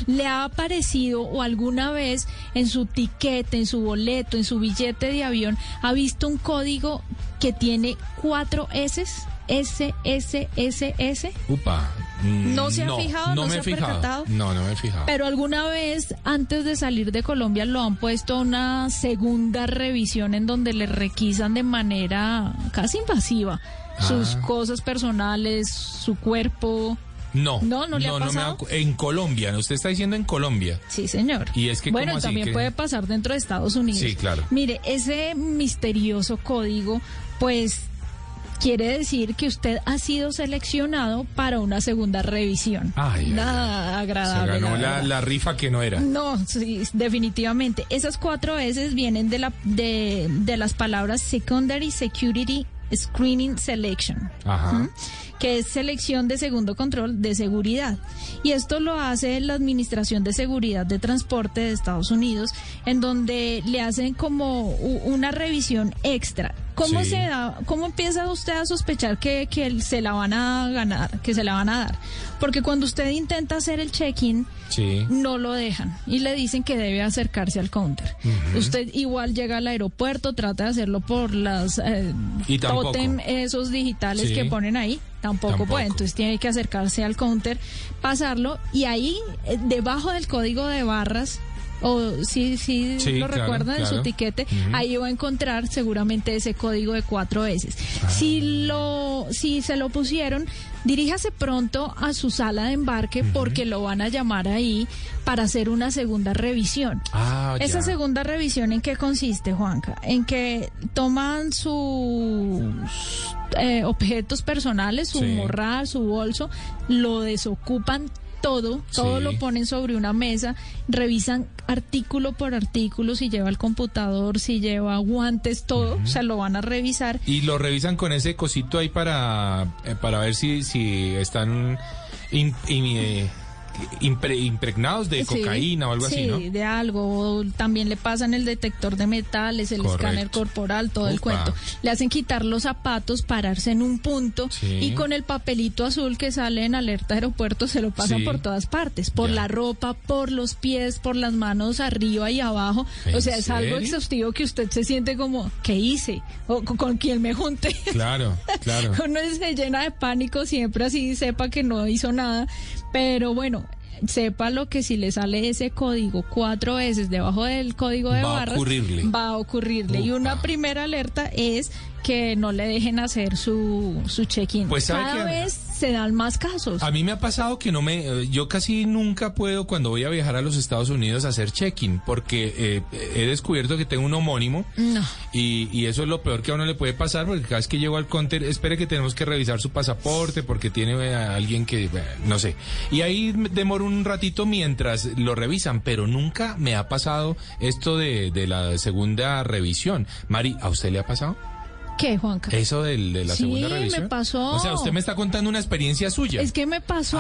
¿Le ha aparecido o alguna vez en su tiquete, en su boleto, en su billete de avión, ha visto un código que tiene 4 S? S, S, S, S. Upa. ¿No se ha fijado? ¿No se ha percatado? No me he fijado. Pero alguna vez, antes de salir de Colombia, lo han puesto a una segunda revisión en donde le requisan de manera casi invasiva sus cosas personales, su cuerpo. No le ha pasado. En Colombia, usted está diciendo en Colombia. Sí, señor. Y es que bueno, ¿cómo así? también puede pasar dentro de Estados Unidos. Sí, claro. Mire, ese misterioso código, pues quiere decir que usted ha sido seleccionado para una segunda revisión. Nada agradable. Se ganó la rifa que no era. No, sí, definitivamente. Esas 4 S vienen de las palabras Secondary Security Screening Selection. Ajá. Que es selección de segundo control de seguridad. Y esto lo hace la Administración de Seguridad de Transporte de Estados Unidos, en donde le hacen como una revisión extra. ¿Cómo Sí. se da? ¿Cómo empieza usted a sospechar que se la van a ganar, que se la van a dar? Porque cuando usted intenta hacer el check-in, no lo dejan y le dicen que debe acercarse al counter. Usted igual llega al aeropuerto, trata de hacerlo por las tótem, esos digitales que ponen ahí. Tampoco puede, entonces tiene que acercarse al counter, pasarlo y ahí debajo del código de barras, o sí, lo recuerdan en su tiquete, ahí va a encontrar seguramente ese código de 4 S. Si se lo pusieron, diríjase pronto a su sala de embarque porque lo van a llamar ahí para hacer una segunda revisión. Esa segunda revisión, ¿en qué consiste, Juanca? En que toman sus objetos personales, su morral, su bolso, lo desocupan todo lo ponen sobre una mesa, revisan artículo por artículo, si lleva el computador, si lleva guantes, todo, se lo van a revisar. Y lo revisan con ese cosito ahí para ver si están impregnados de cocaína o algo así, ¿no? Sí, de algo. También le pasan el detector de metales, el escáner corporal, todo el cuento. Le hacen quitar los zapatos, pararse en un punto y con el papelito azul que sale en alerta aeropuerto se lo pasan por todas partes, por la ropa, por los pies, por las manos arriba y abajo. O sea, es algo exhaustivo que usted se siente como, ¿qué hice? ¿O con quién me junté? Claro. Uno se llena de pánico siempre, así sepa que no hizo nada, pero bueno, sépalo que si le sale ese código 4 S debajo del código de barras, va a ocurrirle. Y una primera alerta es que no le dejen hacer su check-in. Pues cada vez se dan más casos. A mí me ha pasado que yo casi nunca puedo, cuando voy a viajar a los Estados Unidos, hacer check-in, porque he descubierto que tengo un homónimo. Y eso es lo peor que a uno le puede pasar, porque cada vez que llego al counter, espere que tenemos que revisar su pasaporte porque tiene a alguien que, no sé. Y ahí demoro un ratito mientras lo revisan, pero nunca me ha pasado esto de la segunda revisión. Mari, ¿a usted le ha pasado? ¿Qué, Juanca? Eso de la segunda revisión. Sí, me pasó. O sea, usted me está contando una experiencia suya. Es que me pasó,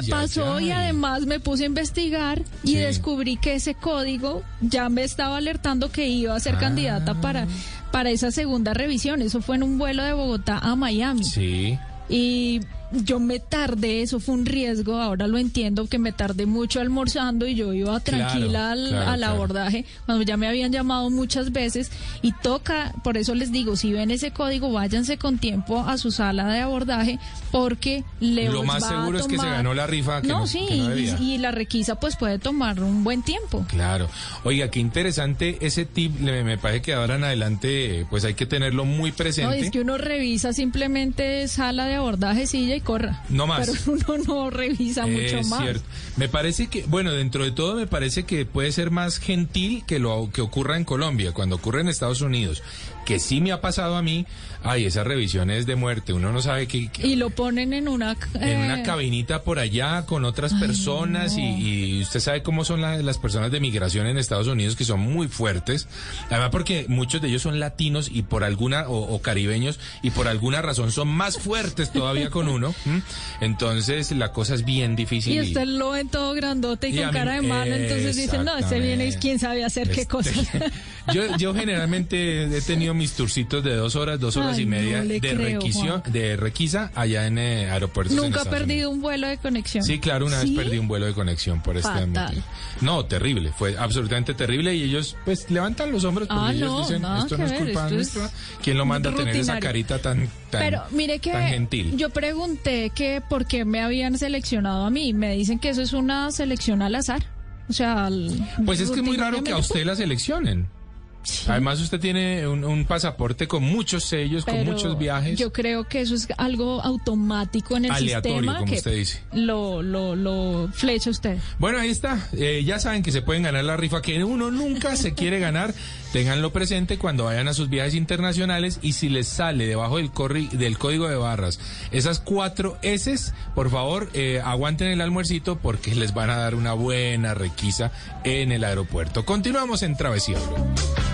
y además me puse a investigar y descubrí que ese código ya me estaba alertando que iba a ser candidata para esa segunda revisión. Eso fue en un vuelo de Bogotá a Miami. Sí. Y yo me tardé, eso fue un riesgo, ahora lo entiendo, que me tardé mucho almorzando y yo iba tranquila al abordaje, cuando ya me habían llamado muchas veces y toca, por eso les digo, si ven ese código, váyanse con tiempo a su sala de abordaje, porque lo más seguro es que se ganó la rifa que no debía. Y la requisa pues puede tomar un buen tiempo. Claro. Oiga, qué interesante ese tip, me parece que ahora en adelante pues hay que tenerlo muy presente. No, es que uno revisa simplemente sala de abordaje, silla y corra. No más. Pero uno no revisa mucho más. Es cierto. Me parece que, bueno, dentro de todo me parece que puede ser más gentil que lo que ocurra en Colombia, cuando ocurre en Estados Unidos, que sí me ha pasado a mí. Esas revisiones de muerte, uno no sabe qué. Y lo ponen en una cabinita por allá con otras personas, no. y usted sabe cómo son las personas de migración en Estados Unidos, que son muy fuertes, además porque muchos de ellos son latinos y por alguna, o caribeños, y por alguna razón son más fuertes todavía con uno. Entonces la cosa es bien difícil. Y usted lo ven todo grandote y con cara de malo, entonces dicen, no, este viene y quién sabe hacer qué cosas. Yo generalmente he tenido tenido mis turcitos de 2 horas y media de requisa allá en aeropuertos. ¿Nunca ha perdido un vuelo de conexión? Sí, claro, una vez perdí un vuelo de conexión por este motivo. No, terrible, fue absolutamente terrible, y ellos pues levantan los hombros porque ellos dicen, esto no es culpa nuestra. ¿Quién lo manda a tener esa carita tan Pero mire que tan gentil? Yo pregunté que por qué me habían seleccionado a mí. Me dicen que eso es una selección al azar. O sea, pues es que es muy raro que a usted la seleccionen. Sí. Además, usted tiene un pasaporte con muchos sellos, con muchos viajes. Yo creo que eso es algo automático en el aleatorio, sistema, como que usted dice. Lo flecha usted. Bueno, ahí está. Ya saben que se pueden ganar la rifa que uno nunca se quiere ganar. Ténganlo presente cuando vayan a sus viajes internacionales, y si les sale debajo del código de barras esas 4 S, por favor, aguanten el almuercito porque les van a dar una buena requisa en el aeropuerto. Continuamos en Travesía Blue.